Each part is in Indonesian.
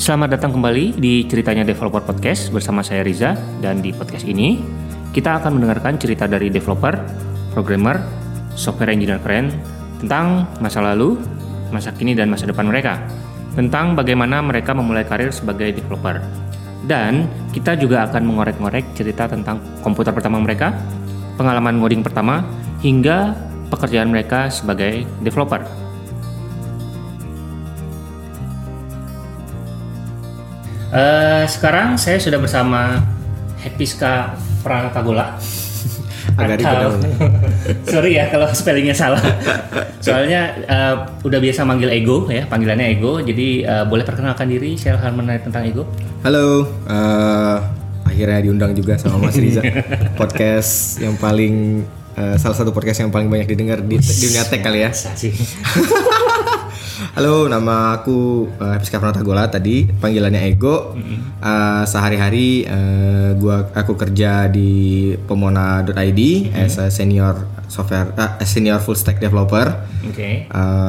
Selamat datang kembali di Ceritanya Developer Podcast bersama saya Riza. Dan di podcast ini kita akan mendengarkan cerita dari developer, programmer, software engineer keren tentang masa lalu, masa kini dan masa depan mereka, tentang bagaimana mereka memulai karir sebagai developer. Dan kita juga akan mengorek-ngorek cerita tentang komputer pertama mereka, pengalaman ngoding pertama, hingga pekerjaan mereka sebagai developer. Sekarang saya sudah bersama Hektiska Pranatagola. Agak ribet. Sorry ya kalau spellingnya salah. Soalnya udah biasa manggil Ego ya, panggilannya Ego. Jadi boleh perkenalkan diri, share hal menarik tentang Ego. Halo, akhirnya diundang juga sama Mas Riza. Podcast yang paling salah satu podcast yang paling banyak didengar di dunia tech kali ya. Halo, nama aku Hektiska Pranatagola, tadi panggilannya Ego. Sehari-hari aku kerja di Pomona.id as a senior full stack developer. Oke.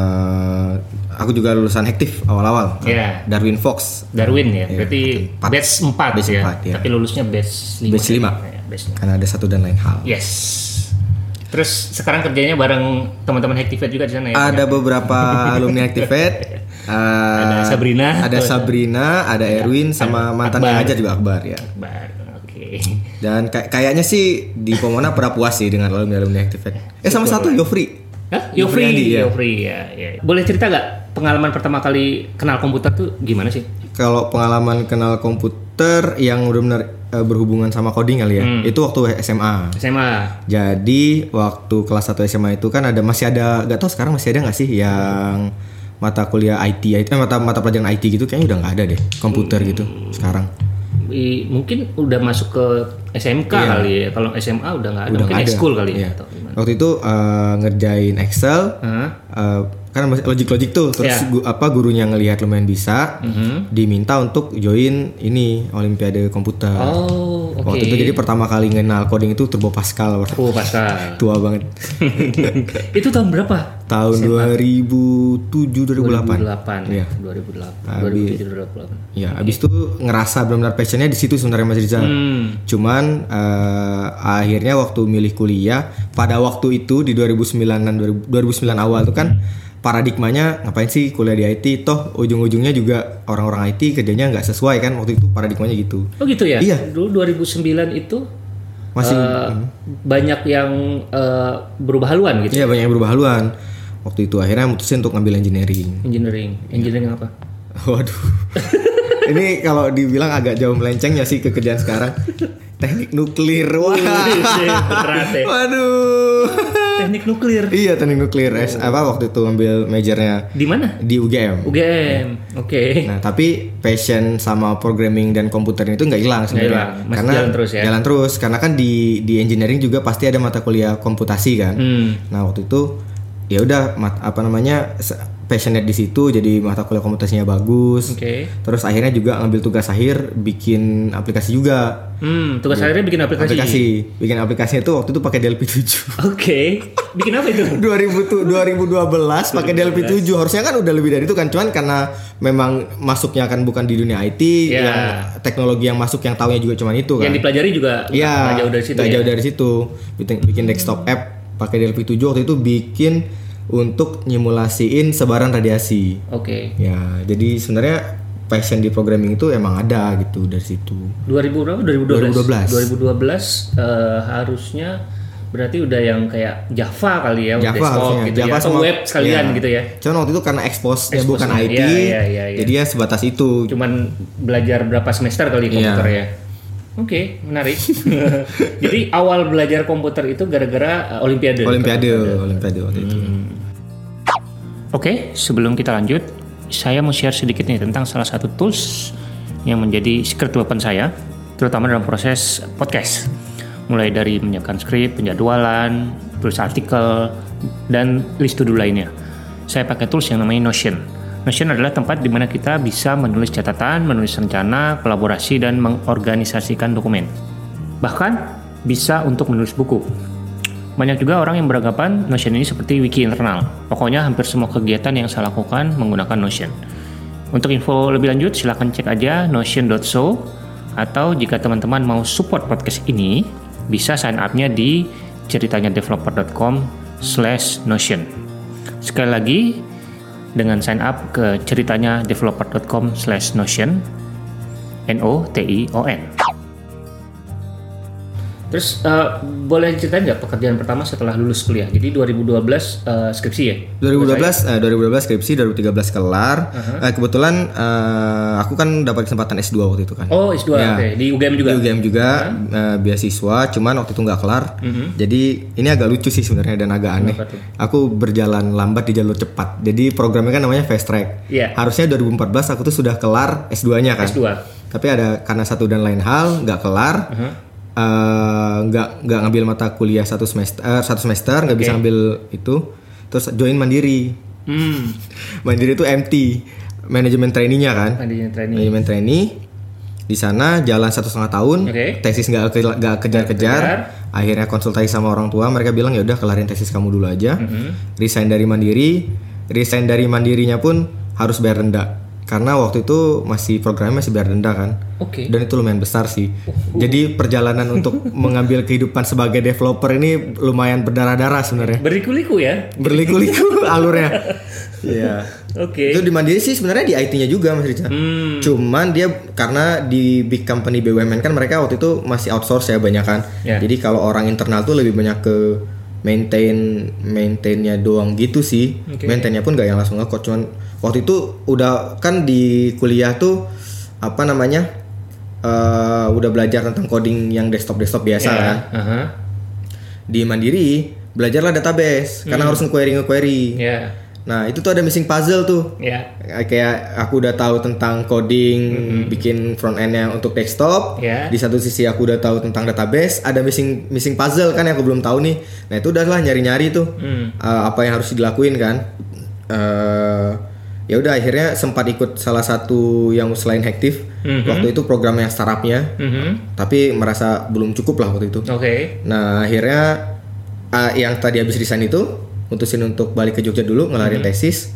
Aku juga lulusan Hektif awal-awal. Yeah. Darwin Fox. Darwin ya. Berarti batch 4 ya. 4, ya. Tapi lulusnya batch 5. Batch 5. Ya, batch 5. Karena ada satu dan lain hal. Yes. Terus sekarang kerjanya bareng teman-teman Hektivate juga di sana ya? Ada beberapa alumni Hektivate. Ada Sabrina, ada Erwin, sama mantannya aja juga Akbar ya. Akbar, oke. Dan kayaknya sih di Pomona pernah puas sih dengan alumni Hektivate. Sama satu Yofri. Hah? Yofri ya. Boleh cerita gak pengalaman pertama kali kenal komputer tuh gimana sih? Kalau pengalaman kenal komputer yang benar-benar berhubungan sama coding kali ya, itu waktu SMA. Jadi waktu kelas 1 SMA itu kan masih ada, gak tau sekarang masih ada gak sih yang mata kuliah mata pelajaran IT gitu, kayaknya udah gak ada deh komputer gitu sekarang. Mungkin udah masuk ke SMK kali ya. Kalau SMA udah nggak ada, mungkin ekskul kali ya. Atau gimana? Waktu itu ngerjain Excel, kan masih logic tuh. Terus gurunya ngelihat lumayan bisa, diminta untuk join ini Olimpiade komputer. Oh, oke. Waktu itu jadi pertama kali kenal coding itu Turbo Pascal. Tua banget. Itu tahun berapa? Tahun 2007-2008. Iya. 2007-2008. Ya, abis itu ngerasa benar-benar passionnya di situ sebenarnya Mas Riza. Cuman akhirnya waktu milih kuliah pada waktu itu di 2009 awal itu kan paradigmanya ngapain sih kuliah di IT, toh ujung-ujungnya juga orang-orang IT kerjanya nggak sesuai kan, waktu itu paradigmanya gitu. Oh gitu ya? Iya. Dulu 2009 itu masih banyak yang berubah haluan gitu. Iya, banyak yang berubah haluan. Waktu itu akhirnya mutusin untuk ngambil engineering. Engineering apa? Waduh. Ini kalau dibilang agak jauh melencengnya sih ke kerjaan sekarang. Teknik nuklir. Wah. Waduh. Teknik nuklir. Iya, teknik nuklir. Waktu itu ambil majornya di mana? Di UGM. Oke. Nah, tapi passion sama programming dan komputer itu nggak hilang sebenarnya. Karena jalan terus ya. Jalan terus karena kan di engineering juga pasti ada mata kuliah komputasi kan. Nah, waktu itu ya udah passionate di situ, jadi mata kuliah komputasinya bagus. Terus akhirnya juga ngambil tugas akhir bikin aplikasi juga. Tugas akhirnya bikin aplikasi. Bikin aplikasinya itu waktu itu pakai DLP 7. Bikin apa itu? 2012 pakai DLP 7. Harusnya kan udah lebih dari itu kan, cuman karena memang masuknya kan bukan di dunia IT, yang teknologi yang masuk yang taunya juga cuman itu kan. Yang dipelajari juga nggak jauh dari situ. Jauh dari situ. Bikin desktop app pakai DLP 7 waktu itu bikin untuk nyimulasiin sebaran radiasi. Ya, jadi sebenarnya passion di programming itu emang ada gitu dari situ. 2012 harusnya berarti udah yang kayak Java kali ya, desktop gitu Java ya, atau web sekalian gitu ya. Cuman waktu itu karena expose-nya bukan IT, jadi ya sebatas itu. Cuman belajar berapa semester kali komputer ya. Menarik. Jadi awal belajar komputer itu gara-gara Olimpiade waktu itu. Sebelum kita lanjut, saya mau share sedikit nih tentang salah satu tools yang menjadi secret weapon saya, terutama dalam proses podcast. Mulai dari menyiapkan skrip, penjadwalan, tulis artikel, dan list to do lainnya. Saya pakai tools yang namanya Notion. Notion adalah tempat di mana kita bisa menulis catatan, menulis rencana, kolaborasi, dan mengorganisasikan dokumen. Bahkan bisa untuk menulis buku. Banyak juga orang yang beranggapan Notion ini seperti wiki internal. Pokoknya hampir semua kegiatan yang saya lakukan menggunakan Notion. Untuk info lebih lanjut silahkan cek aja notion.so, atau jika teman-teman mau support podcast ini bisa sign up-nya di ceritanyadeveloper.com/notion. Sekali lagi, dengan sign up ke ceritanyadeveloper.com/notion, NOTION. Terus boleh ceritain nggak pekerjaan pertama setelah lulus kuliah? Jadi 2012 skripsi ya? 2012 skripsi, 2013 kelar. Kebetulan aku kan dapat kesempatan S2 waktu itu kan. Oh S2, ya. Oke. Di UGM juga? Di UGM juga, beasiswa, cuman waktu itu nggak kelar. Jadi ini agak lucu sih sebenarnya dan agak aneh. Aku berjalan lambat di jalur cepat. Jadi programnya kan namanya fast track. Yeah. Harusnya 2014 aku tuh sudah kelar S2-nya kan. S2. Tapi karena satu dan lain hal nggak kelar. Nggak ngambil mata kuliah satu semester nggak bisa ngambil itu, terus join Mandiri. Mandiri itu MT, manajemen trainee-nya kan, manajemen trainee. Di sana jalan 1,5 tahun, tesis nggak kejar-kejar. Akhirnya konsultasi sama orang tua, mereka bilang ya udah kelarin tesis kamu dulu aja. Resign dari Mandirinya pun harus bayar denda. Karena waktu itu programnya masih bayar denda kan. Dan itu lumayan besar sih. Jadi perjalanan untuk mengambil kehidupan sebagai developer ini lumayan berdarah-darah sebenarnya. Berliku-liku ya? Berliku-liku alurnya. Iya. Itu di Mandiri sih sebenarnya di IT-nya juga Mas Rica. Cuman dia karena di big company BUMN kan mereka waktu itu masih outsource ya banyak kan. Jadi kalau orang internal tuh lebih banyak ke maintainnya doang gitu sih. Maintainnya pun gak yang langsung nge-code. Cuman waktu itu udah kan di kuliah tuh udah belajar tentang coding yang desktop biasa kan. Di Mandiri belajarlah database karena harus nge-query. Nah itu tuh ada missing puzzle tuh. Kayak aku udah tahu tentang coding, bikin front end-nya untuk desktop. Di satu sisi aku udah tahu tentang database, ada missing puzzle kan yang aku belum tahu nih. Nah itu udahlah nyari-nyari tuh apa yang harus dilakuin kan. Ya udah akhirnya sempat ikut salah satu yang selain Hektif. Waktu itu program yang startupnya, tapi merasa belum cukup lah waktu itu. Nah akhirnya yang tadi habis resign itu mutusin untuk balik ke Jogja dulu ngelarin tesis.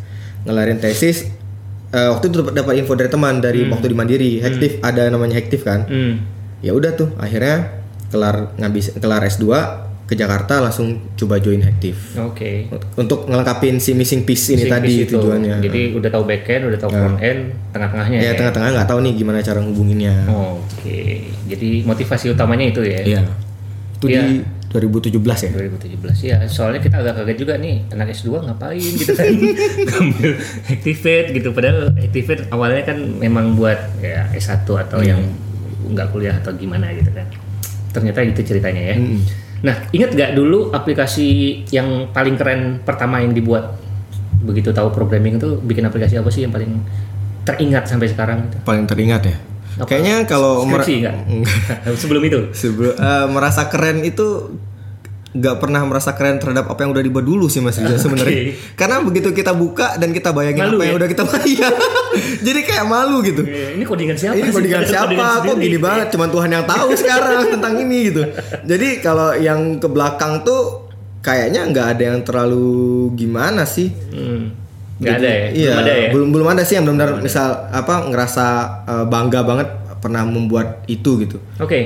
Waktu itu dapat info dari teman dari waktu di Mandiri, Hektif ada namanya Hektif kan. Ya udah tuh akhirnya kelar S2 ke Jakarta langsung coba join Hektif. Untuk ngelengkapin si missing piece ini tadi tujuannya. Jadi udah tahu backend, udah tahu front end, tengah-tengahnya ya. Tengah-tengah nggak tahu nih gimana cara ngubunginnya. Jadi motivasi utamanya itu ya. Iya. Itu di 2017 ya? 2017 ya, soalnya kita agak kaget juga nih anak S2 ngapain gitu kan ngambil Activate gitu, padahal Activate awalnya kan memang buat ya S1 atau yang nggak kuliah atau gimana gitu kan, ternyata gitu ceritanya ya. Nah ingat nggak dulu aplikasi yang paling keren pertama yang dibuat begitu tahu programming itu, bikin aplikasi apa sih yang paling teringat sampai sekarang gitu? Paling teringat ya? Kayaknya kalau sebelum itu merasa keren itu nggak pernah merasa keren terhadap apa yang udah dibuat dulu sih Mas Riza sebenarnya. Karena begitu kita buka dan kita bayangin malu, apa yang udah kita bayar, jadi kayak malu gitu. Ini codingan siapa? Kok gini banget? Cuman Tuhan yang tahu sekarang tentang ini gitu. Jadi kalau yang ke belakang tuh kayaknya nggak ada yang terlalu gimana sih. Nggak ada ya? Iya, belum ada sih yang benar-benar misal ngerasa bangga banget pernah membuat itu gitu.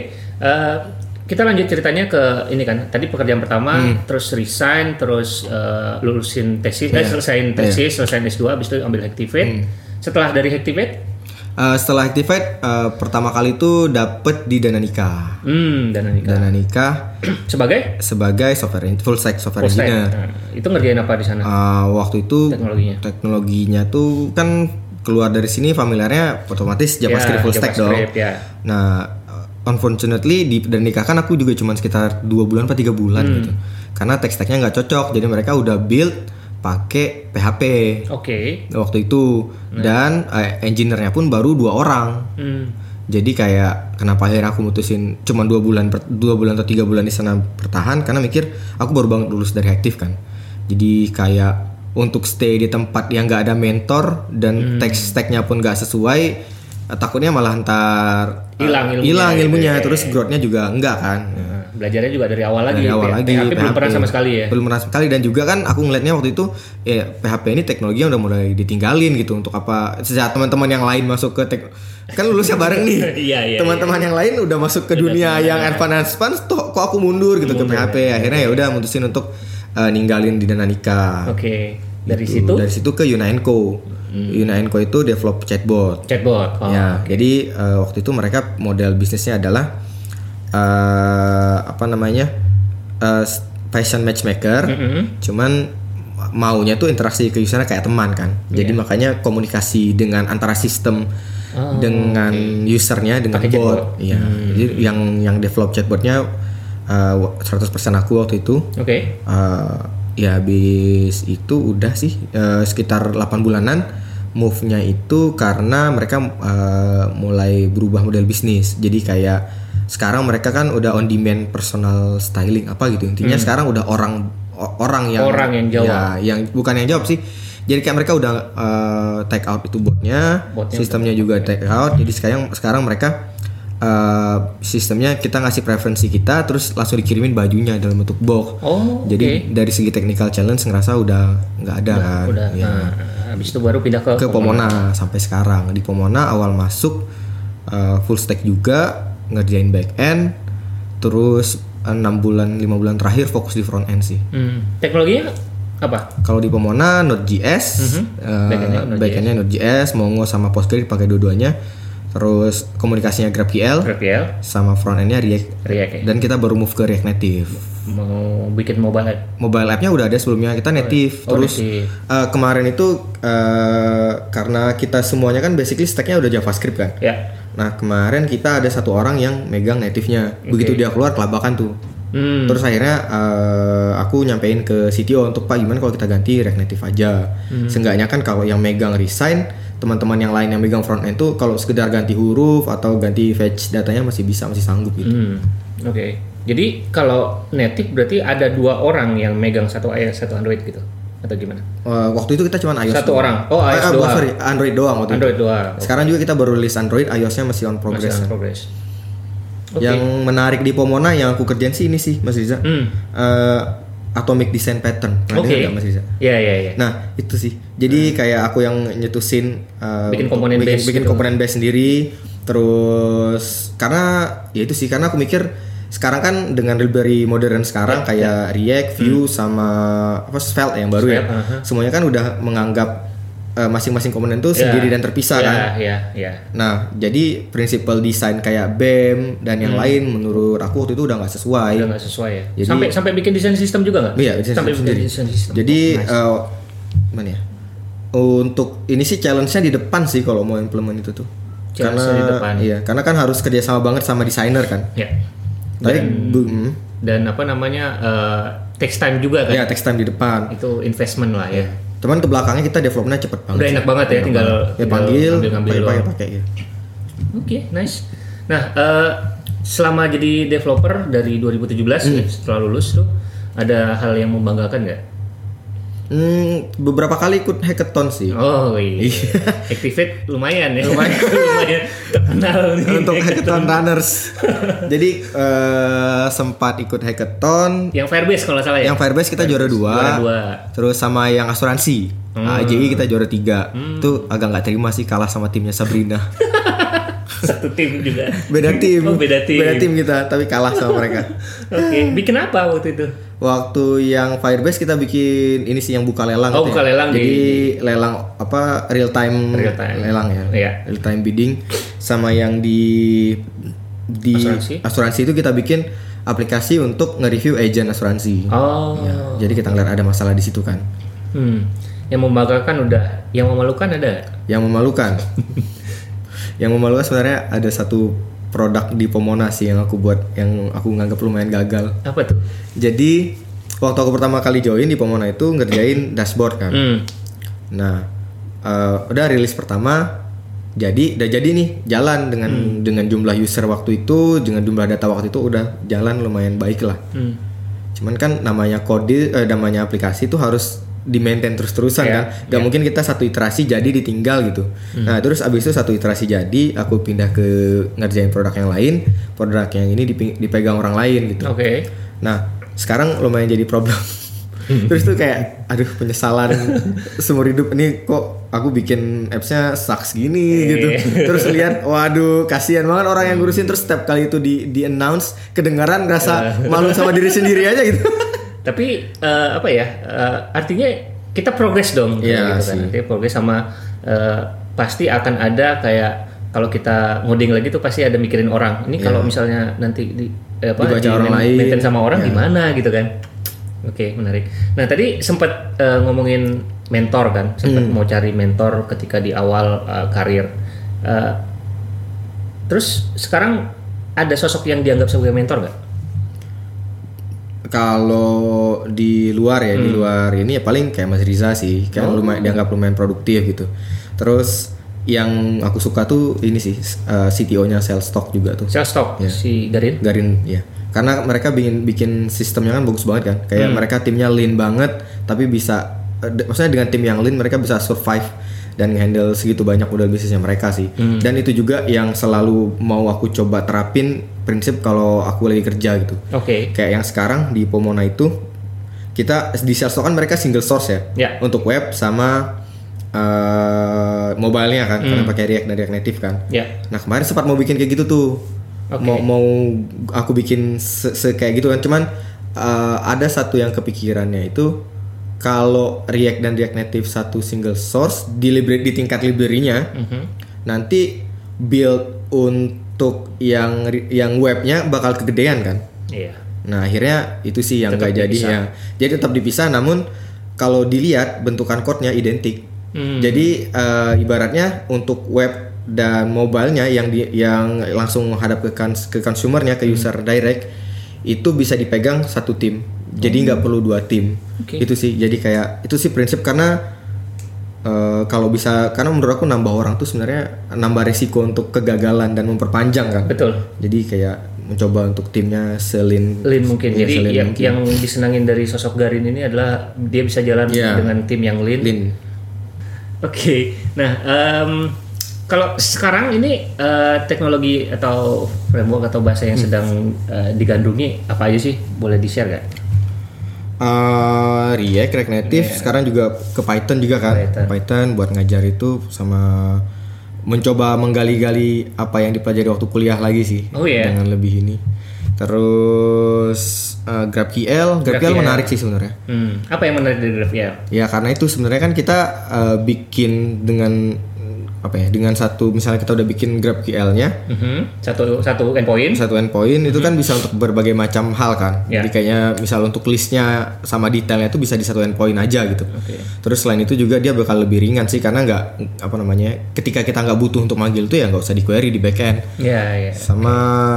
Kita lanjut ceritanya ke ini kan. Tadi pekerjaan pertama, terus resign, terus lulusin tesis, selesaiin tesis, selesaiin S2, habis itu ambil Hektivate. Setelah dari Hektivate? Setelah Hektivate pertama kali itu dapet di Dana Nikah. Dana Nikah sebagai full stack software engineer. Itu ngerjain apa di sana? Waktu itu teknologinya tuh kan keluar dari sini familiarnya otomatis JavaScript full stack dong. Nah, unfortunately di Dana Nikah kan aku juga cuma sekitar 2 bulan atau 3 bulan gitu. Karena tech stacknya nggak cocok, jadi mereka udah build pakai PHP. Waktu itu dan engineer-nya pun baru 2 orang. Jadi kayak kenapa akhirnya aku mutusin cuma 2 bulan atau 3 bulan di sana bertahan, karena mikir aku baru banget lulus dari Hektif kan. Jadi kayak untuk stay di tempat yang nggak ada mentor dan tech stack-nya pun nggak sesuai, takutnya malah ntar hilang ilmunya, terus growth-nya juga enggak kan. Belajarnya juga dari awal lagi. PHP belum pernah sama sekali ya. Belum pernah sekali, dan juga kan aku ngelihatnya waktu itu PHP ini teknologinya udah mulai ditinggalin gitu. Untuk apa? Sejak teman-teman yang lain masuk ke kan lulusnya bareng nih. Teman-teman yang lain udah masuk ke dunia yang advance, kok aku mundur gitu ke PHP. Akhirnya ya udah mutusin untuk ninggalin di Dananika. Oke. Dari situ ke Yuna & Co. Yuna & Co itu develop chatbot. Ya, jadi waktu itu mereka model bisnisnya adalah fashion matchmaker. Cuman maunya tuh interaksi ke usernya kayak teman kan. Jadi makanya komunikasi dengan antara sistem dengan usernya dengan bot. Iya. Jadi yang develop chatbotnya 100% aku waktu itu. Ya habis itu udah sih sekitar 8 bulanan. Move-nya itu karena mereka mulai berubah model bisnis. Jadi kayak sekarang mereka kan udah on demand personal styling apa gitu. Intinya sekarang udah orang yang jawab. Ya, yang bukan yang jawab sih. Jadi kayak mereka udah take out itu botnya sistemnya juga take out. Jadi sekarang mereka sistemnya kita ngasih preferensi kita, terus langsung dikirimin bajunya dalam bentuk box. Jadi dari segi technical challenge ngerasa udah nggak ada kan. Habis itu baru pindah ke Pomona sampai sekarang. Di Pomona awal masuk full stack juga, ngerjain back end, terus 5 bulan terakhir fokus di front end sih. Teknologinya apa? Kalau di Pomona Node.js, backendnya Node.js, Mongo sama Postgres pakai dua-duanya. Terus komunikasinya GraphQL sama front endnya React. Dan kita baru move ke React Native. Mau bikin mobile appnya udah ada sebelumnya, kita native. Terus kemarin itu karena kita semuanya kan basically stacknya udah JavaScript kan. Nah kemarin kita ada satu orang yang megang native-nya. Begitu dia keluar kelabakan tuh. Terus akhirnya aku nyampein ke CTO untuk Pak gimana kalau kita ganti React Native aja. Seenggaknya kan kalau yang megang resign, teman-teman yang lain yang megang front end tuh kalau sekedar ganti huruf atau ganti fetch datanya masih sanggup gitu. Jadi kalau native berarti ada 2 orang yang megang satu iOS satu Android gitu atau gimana? Waktu itu kita cuma iOS satu doang. Orang. iOS doang. Sorry, Android doang waktu Android itu. doang. Sekarang juga kita baru rilis Android, iOS-nya masih on progress. Yang menarik di Pomona yang aku kerjain sih ini sih Mas Riza. Atomic Design Pattern. Pernah dengar nggak Mas Riza? Iya. Nah itu sih. Jadi kayak aku yang nyetusin bikin komponen base sendiri. Terus karena ya itu sih, karena aku mikir sekarang kan dengan library modern sekarang kayak React, Vue sama Svelte yang baru semuanya kan udah menganggap masing-masing komponen tuh sendiri dan terpisah kan. Nah, jadi prinsipal desain kayak BEM dan yang lain menurut aku waktu itu udah nggak sesuai. Ya. Jadi, sampai bikin desain sistem juga nggak? Iya, sampai bikin desain sistem. Jadi mana ya? Untuk ini sih challenge-nya di depan sih kalau mau implement itu tuh. Karena kan harus kerjasama banget sama desainer kan. Dan apa namanya takes time juga kan? Iya, takes time di depan. Itu investment lah ya. Cuman ke belakangnya kita developnya cepet banget. Udah enak banget ya, tinggal panggil, pakai ya. Oke, nice. Nah, selama jadi developer dari 2017 setelah lulus tuh ada hal yang membanggakan nggak? Beberapa kali ikut hackathon sih. Activate lumayan ya. Lumayan terkenal nih untuk hackathon runners. Jadi sempat ikut hackathon. Yang Firebase kalau salah ya. Yang Firebase kita juara 2. Terus sama yang asuransi. AJI kita juara 3. Itu agak nggak terima sih kalah sama timnya Sabrina. Satu tim juga. Beda tim. Beda tim kita, tapi kalah sama mereka. Bikin apa waktu itu? Waktu yang Firebase kita bikin ini sih yang buka lelang. Buka lelang. Jadi lelang real time lelang ya. Real time bidding. Sama yang di asuransi itu kita bikin aplikasi untuk nge-review agent asuransi. Jadi kita ngeliat ada masalah di situ kan. Yang membanggakan udah, yang memalukan ada? Yang memalukan. Yang memalukan sebenarnya ada satu produk di Pomona sih yang aku buat, yang aku nganggap lumayan gagal. Apa tuh? Jadi waktu aku pertama kali join di Pomona itu ngerjain dashboard kan. Nah, udah rilis pertama, udah jadi nih jalan dengan jumlah user waktu itu, dengan jumlah data waktu itu udah jalan lumayan baik lah. Cuman kan namanya namanya aplikasi itu harus di maintain terus-terusan kan. Gak mungkin kita satu iterasi jadi ditinggal gitu. Nah terus abis itu satu iterasi jadi aku pindah ke ngerjain produk yang lain. Produk yang ini dipegang orang lain gitu. Nah sekarang lumayan jadi problem. Terus tuh kayak aduh penyesalan seumur hidup, ini kok aku bikin appsnya sucks gini gitu. Terus lihat waduh kasihan banget orang yang ngurusin, terus setiap kali itu di announce kedengaran ngerasa malu sama diri sendiri aja gitu. Tapi artinya kita progres dong gitu kan. Nanti progres sama pasti akan ada kayak kalau kita ngoding lagi tuh pasti ada mikirin orang. Ini kalau misalnya nanti dibaca orang lain, maintain sama orang gimana gitu kan. Oke, menarik. Nah, tadi sempat ngomongin mentor kan, sempat mau cari mentor ketika di awal karir. Terus sekarang ada sosok yang dianggap sebagai mentor nggak? Kalau di luar ya, di luar ini ya paling kayak Mas Riza sih, kayak dianggap lumayan produktif gitu. Terus yang aku suka tuh ini sih CTO-nya Salesstock juga tuh. Salesstock si Garin ya. Karena mereka bikin sistemnya kan bagus banget kan. Kayak mereka timnya lean banget, tapi bisa maksudnya dengan tim yang lean mereka bisa survive dan handle segitu banyak modal bisnisnya mereka sih. Dan itu juga yang selalu mau aku coba terapin prinsip kalau aku lagi kerja gitu. Kayak yang sekarang di Pomona itu kita di Salesstock kan mereka single source ya. Untuk web sama mobile-nya kan, karena pakai React dan React Native kan. Nah kemarin sempat mau bikin kayak gitu tuh. Mau aku bikin kayak gitu kan, cuman ada satu yang kepikirannya itu kalau React dan React Native satu single source di tingkat library-nya, nanti build untuk yang webnya bakal kegedean kan. Nah akhirnya itu sih yang nggak jadi ya. Jadi tetap dipisah, namun kalau dilihat bentukan code-nya identik. Jadi ibaratnya untuk web dan mobile-nya yang langsung menghadap ke consumer-nya, ke user direct, itu bisa dipegang satu tim. Jadi nggak perlu 2 tim. Itu sih. Jadi kayak itu sih prinsip, karena kalau bisa, karena menurut aku nambah orang tuh sebenarnya nambah risiko untuk kegagalan dan memperpanjang kan. Betul. Jadi kayak mencoba untuk timnya lean mungkin. Jadi yang disenangin dari sosok Garin ini adalah dia bisa jalan dengan tim yang lean. Nah, kalau sekarang ini teknologi atau framework atau bahasa yang sedang digandrungi apa aja sih? Boleh di-share gak? React Native, sekarang juga ke Python juga kan. Python buat ngajar itu, sama mencoba menggali-gali apa yang dipelajari waktu kuliah lagi sih. Dengan lebih ini. Terus GraphQL menarik sih sebenarnya. Apa yang menarik dari GraphQL? Ya karena itu sebenarnya kan kita bikin dengan dengan satu, misalnya kita udah bikin GraphQL-nya, satu endpoint itu kan bisa untuk berbagai macam hal kan. Jadi kayaknya misal untuk listnya sama detailnya itu bisa di satu endpoint aja gitu. Terus selain itu juga dia bakal lebih ringan sih, karena nggak ketika kita nggak butuh untuk manggil tuh ya nggak usah di query di backend. Sama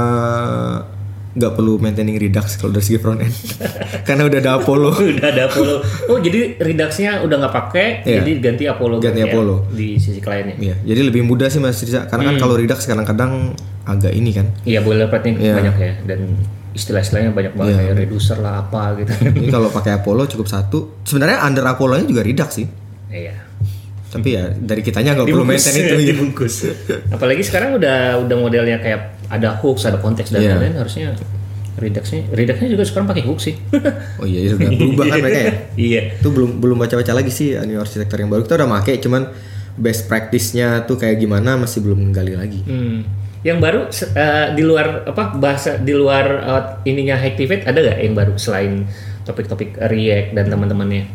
nggak perlu maintaining Redux kalau dari segi front end karena udah ada Apollo. Oh jadi Redux-nya udah nggak pakai, jadi ganti Apollo di sisi kliennya. Jadi lebih mudah sih Mas Riza, karena kan kalau Redux kadang-kadang agak ini kan. Boilerplate-nya banyak ya, dan istilah-istilahnya banyak banget kayak reducer lah apa gitu. Jadi kalau pakai Apollo cukup satu. Sebenarnya under Apollo-nya juga Redux sih. Tapi ya dari kitanya nggak perlu maintain itu dibungkus. Apalagi sekarang udah modelnya kayak ada hooks, ada konteks dan lain-lain, harusnya Redux-nya juga sekarang pakai hooks sih. Oh iya, sudah berubah kan mereka ya. Itu belum baca-baca lagi sih new arsitektur yang baru. Kita udah pakai, cuman best practice-nya tuh kayak gimana masih belum menggali lagi. Yang baru di luar bahasa di luar ininya Hacktivate ada nggak yang baru selain topik-topik React dan teman-temannya?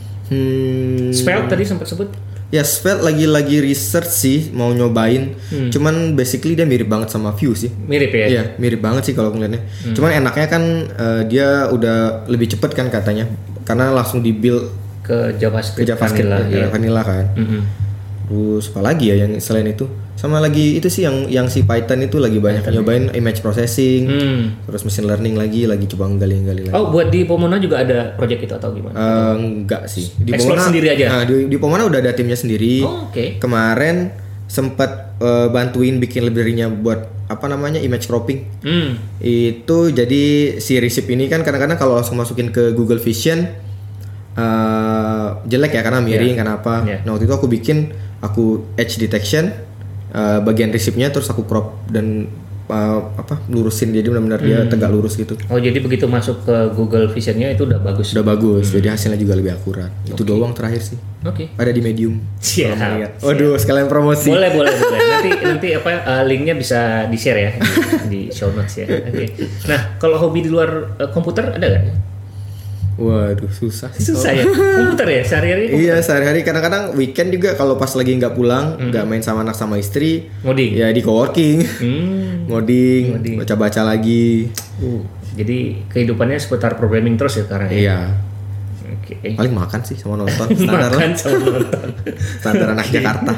Svelte tadi sempat sebut. Ya Svelte lagi research sih, mau nyobain. Cuman basically dia mirip banget sama Vue sih. Mirip ya? Iya, mirip banget sih kalau ngeliatnya. Cuman enaknya kan dia udah lebih cepet kan katanya, karena langsung di-build ke JavaScript vanilla kan. Terus apa lagi ya yang selain itu? Sama lagi itu sih yang si Python itu lagi banyak nyobain image processing, terus machine learning lagi coba gali lagi. Oh, buat di Pomona juga ada project itu atau gimana? Enggak sih. Di Pomona sendiri aja. Nah, di Pomona udah ada timnya sendiri. Kemarin sempat bantuin bikin library-nya buat image cropping. Itu jadi si Receipt ini kan kadang-kadang kalau langsung masukin ke Google Vision jelek ya karena miring kenapa. Nah waktu itu aku edge detection bagian resipnya terus aku crop dan lurusin jadi benar-benar dia tegak lurus gitu. Oh jadi begitu masuk ke Google Vision-nya itu udah bagus. Jadi hasilnya juga lebih akurat. Itu doang terakhir sih. Ada di Medium. Siap. Waduh sekalian promosi. Boleh. Nanti linknya bisa di share ya di show notes ya. Nah kalau hobi di luar komputer ada nggak? Waduh susah ya komputer ya sehari-hari komputer. Iya sehari-hari kadang-kadang weekend juga kalau pas lagi nggak pulang nggak main sama anak sama istri ngoding ya di coworking ngoding baca-baca lagi jadi kehidupannya seputar programming terus ya sekarang iya paling makan sih sama nonton standar makan sama nonton standar anak Jakarta.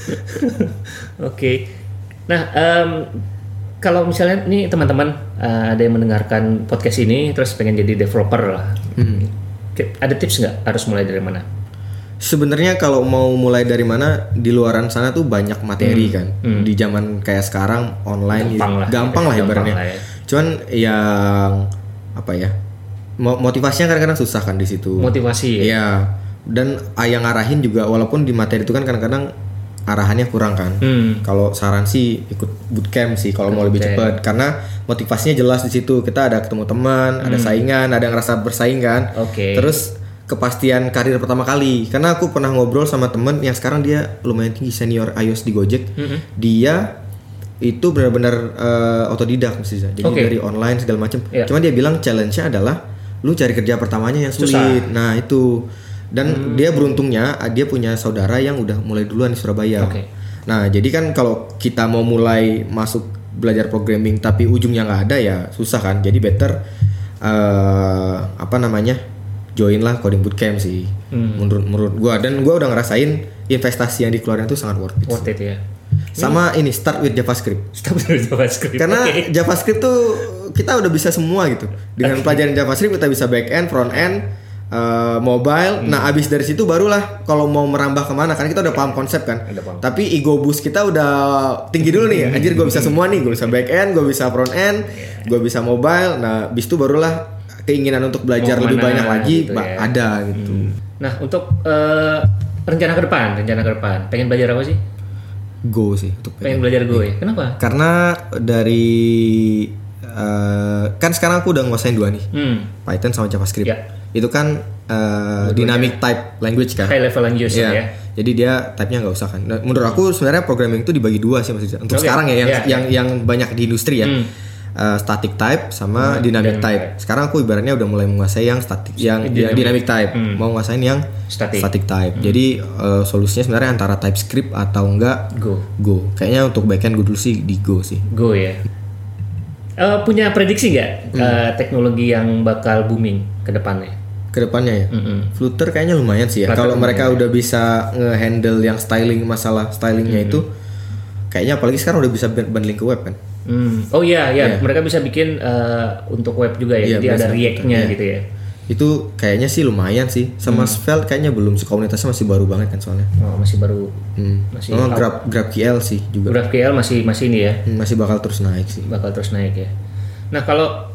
Nah kalau misalnya nih teman-teman ada yang mendengarkan podcast ini terus pengen jadi developer lah, ada tips nggak harus mulai dari mana? Sebenarnya kalau mau mulai dari mana di luaran sana tuh banyak materi kan. Di zaman kayak sekarang online gampang lah ibaratnya. Cuman yang apa ya motivasinya kadang-kadang susah kan di situ. Motivasi ya. Iya. Dan yang ngarahin juga walaupun di materi itu kan kadang-kadang arahannya kurang kan. Kalau saran sih ikut bootcamp sih kalau mau lebih cepat karena motivasinya jelas di situ. Kita ada ketemu teman, ada saingan, ada ngerasa bersaing kan. Terus kepastian karir pertama kali. Karena aku pernah ngobrol sama temen yang sekarang dia lumayan tinggi senior iOS di Gojek. Dia itu benar-benar otodidak mesti jadi dari online segala macam. Cuma dia bilang challenge-nya adalah lu cari kerja pertamanya yang sulit. Susah. Nah, itu. Dan dia beruntungnya dia punya saudara yang udah mulai duluan di Surabaya. Nah jadi kan kalau kita mau mulai masuk belajar programming tapi ujungnya nggak ada ya susah kan. Jadi better join lah coding bootcamp sih. Menurut gua dan gua udah ngerasain investasi yang dikeluarin itu sangat worth it ya. Sama ini start with JavaScript. Karena JavaScript tuh kita udah bisa semua gitu. Dengan pelajaran JavaScript kita bisa back end, front end, mobile. Nah abis dari situ barulah kalau mau merambah kemana kan kita udah paham konsep kan. Tapi ego boost kita udah tinggi dulu nih. Anjir gue bisa semua nih. Gue bisa back end, gue bisa front end, gue bisa mobile. Nah abis itu barulah keinginan untuk belajar lebih banyak lagi gitu ada gitu. Nah untuk rencana ke depan pengen belajar apa sih? Go sih untuk pengen belajar Go ya. Kenapa? Karena dari kan sekarang aku udah nguasain dua nih, Python sama JavaScript. Itu kan dynamic type language kan, high level language ya. Jadi dia type-nya nggak usah kan. Nah, menurut aku sebenarnya programming itu dibagi dua sih maksudnya. Untuk sekarang ya yang banyak di industri ya. Static type sama dynamic type. Sekarang aku ibaratnya udah mulai menguasai yang static, yang dynamic type. Mau nguasain yang static type. Jadi solusinya sebenarnya antara TypeScript atau enggak Go. Kayaknya untuk backend gue dulu sih di Go sih. Go ya. Punya prediksi nggak teknologi yang bakal booming ke depannya? Kedepannya ya, Flutter kayaknya lumayan sih ya. Kalau mereka udah bisa nge-handle yang masalah stylingnya itu, kayaknya apalagi sekarang udah bisa bundling ke web kan. Oh iya, mereka bisa bikin untuk web juga ya. Jadi ada React-nya gitu ya. Itu kayaknya sih lumayan sih. Sama Svelte kayaknya belum, komunitasnya masih baru banget kan soalnya. Oh masih baru. Masih. GraphQL sih juga. GraphQL masih ini ya. Masih bakal terus naik sih. Ya. Nah kalau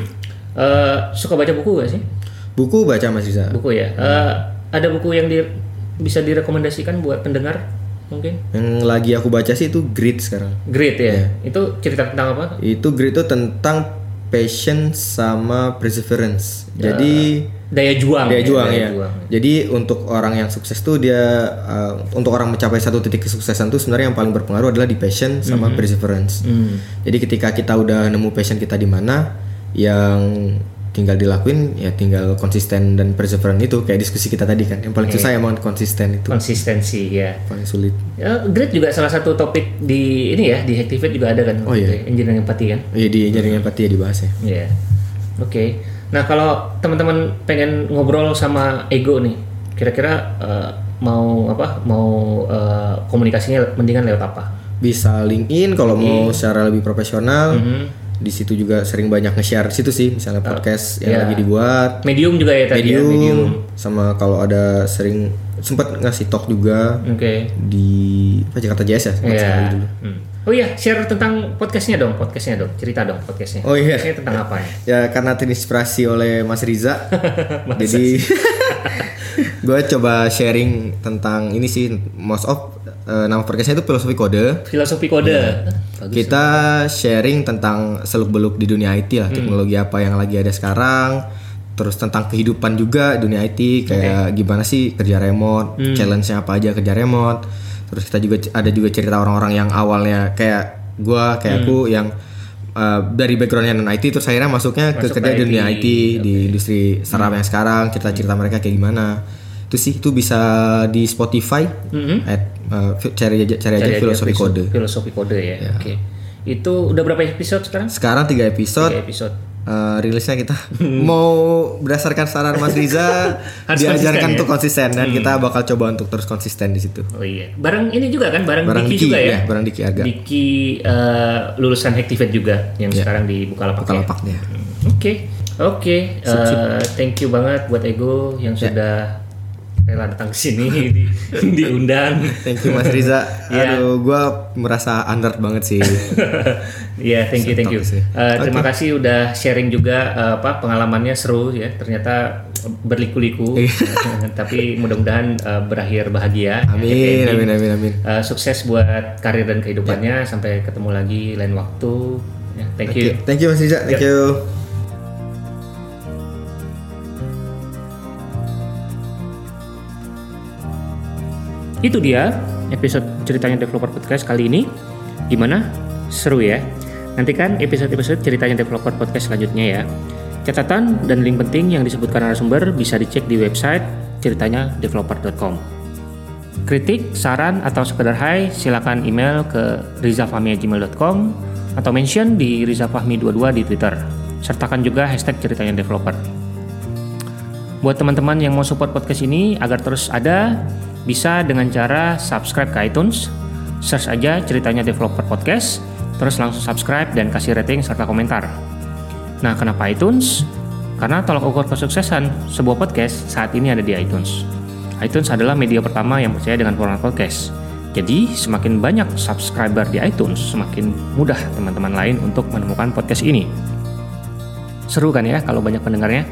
suka baca buku gak sih? Buku baca masih bisa. Buku ya. Ada buku yang bisa direkomendasikan buat pendengar mungkin? Yang lagi aku baca sih itu Grit sekarang. Grit ya. Itu cerita tentang apa? Itu Grit itu tentang passion sama perseverance. Jadi daya juang ya. Jadi untuk orang yang sukses tuh dia untuk orang mencapai satu titik kesuksesan tuh sebenarnya yang paling berpengaruh adalah di passion sama perseverance. Jadi ketika kita udah nemu passion kita di mana, yang tinggal dilakuin ya tinggal konsisten dan perseverance itu kayak diskusi kita tadi kan. Yang paling susah emang konsisten itu. Konsistensi ya. Paling sulit. Grit juga salah satu topik di ini ya, di Hacktivate juga ada kan. Engineering empati kan. Iya di engineering empati ya dibahas ya. Iya. Oke. Nah, kalau teman-teman pengen ngobrol sama Ego nih, kira-kira mau komunikasinya mendingan lewat apa? Bisa LinkedIn kalau mau secara lebih profesional. Di situ juga sering banyak nge-share situ sih, misalnya podcast yang lagi dibuat. Medium juga ya tadi. Medium. Sama kalau ada sering sempat ngasih talk juga di Jakarta JS ya, sempat sekali dulu. Oh iya, share tentang podcastnya dong, cerita dong podcastnya. Oh iya. Podcastnya tentang apa ya? Ya karena terinspirasi oleh Mas Riza, jadi gue coba sharing tentang ini sih, most of nama podcastnya itu Filosofi Kode. Filosofi Kode. Kita sharing tentang seluk-beluk di dunia IT lah, teknologi apa yang lagi ada sekarang, terus tentang kehidupan juga dunia IT, kayak gimana sih kerja remote, challenge-nya apa aja kerja remote. Terus kita juga ada cerita orang-orang yang awalnya kayak aku yang dari backgroundnya non IT terus akhirnya masuknya ke kerja di dunia IT di industri startup yang sekarang, cerita mereka kayak gimana. Itu bisa di Spotify, cari aja Filosofi Kode. Filosofi Kode ya. Oke. Itu udah berapa episode sekarang? Sekarang 3 episode. Rilisnya kita mau berdasarkan saran Mas Riza diajarkan untuk konsisten dan kita bakal coba untuk terus konsisten di situ. Oh iya. Bareng ini juga kan, bareng Diki juga ya. Bareng Diki Arga. Diki lulusan Hacktivate juga yang sekarang di Bukalapak. Bukalapaknya. Oke. Thank you banget buat Ego yang sudah rela datang ke sini diundang. Thank you Mas Riza. Aduh, gue merasa honored banget sih. Iya, thank you. Terima kasih udah sharing juga pengalamannya seru ya. Ternyata berliku-liku, tapi mudah-mudahan berakhir bahagia. Amin. Sukses buat karir dan kehidupannya. Sampai ketemu lagi lain waktu. Ya, thank you. Thank you Mas Riza. Thank you. Itu dia episode ceritanya Developer Podcast kali ini. Gimana? Seru ya? Nantikan episode-episode ceritanya Developer Podcast selanjutnya ya. Catatan dan link penting yang disebutkan narasumber bisa dicek di website ceritanyadeveloper.com. Kritik, saran, atau sekedar hai silakan email ke rizafahmi@gmail.com atau mention di rizafahmi22 di Twitter. Sertakan juga hashtag ceritanya developer. Buat teman-teman yang mau support podcast ini agar terus ada, bisa dengan cara subscribe ke iTunes, search aja ceritanya Developer Podcast, terus langsung subscribe dan kasih rating serta komentar. Nah, kenapa iTunes? Karena tolak ukur kesuksesan sebuah podcast saat ini ada di iTunes. iTunes adalah media pertama yang percaya dengan format podcast. Jadi, semakin banyak subscriber di iTunes, semakin mudah teman-teman lain untuk menemukan podcast ini. Seru kan ya kalau banyak pendengarnya?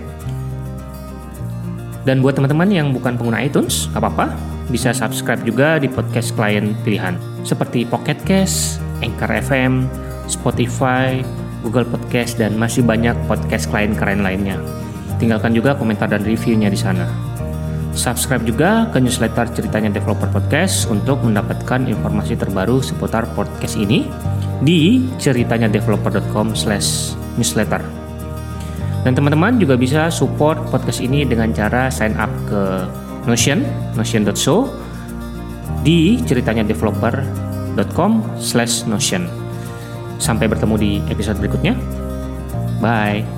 Dan buat teman-teman yang bukan pengguna iTunes, gak apa-apa, bisa subscribe juga di podcast klien pilihan seperti Pocket Cast, Anchor FM, Spotify, Google Podcast, dan masih banyak podcast klien keren lainnya. Tinggalkan juga komentar dan reviewnya di sana. Subscribe juga ke newsletter ceritanya Developer Podcast untuk mendapatkan informasi terbaru seputar podcast ini di ceritanyadeveloper.com/newsletter. Dan teman-teman juga bisa support podcast ini dengan cara sign up ke notion.so di ceritanyadeveloper.com/notion. Sampai bertemu di episode berikutnya. Bye.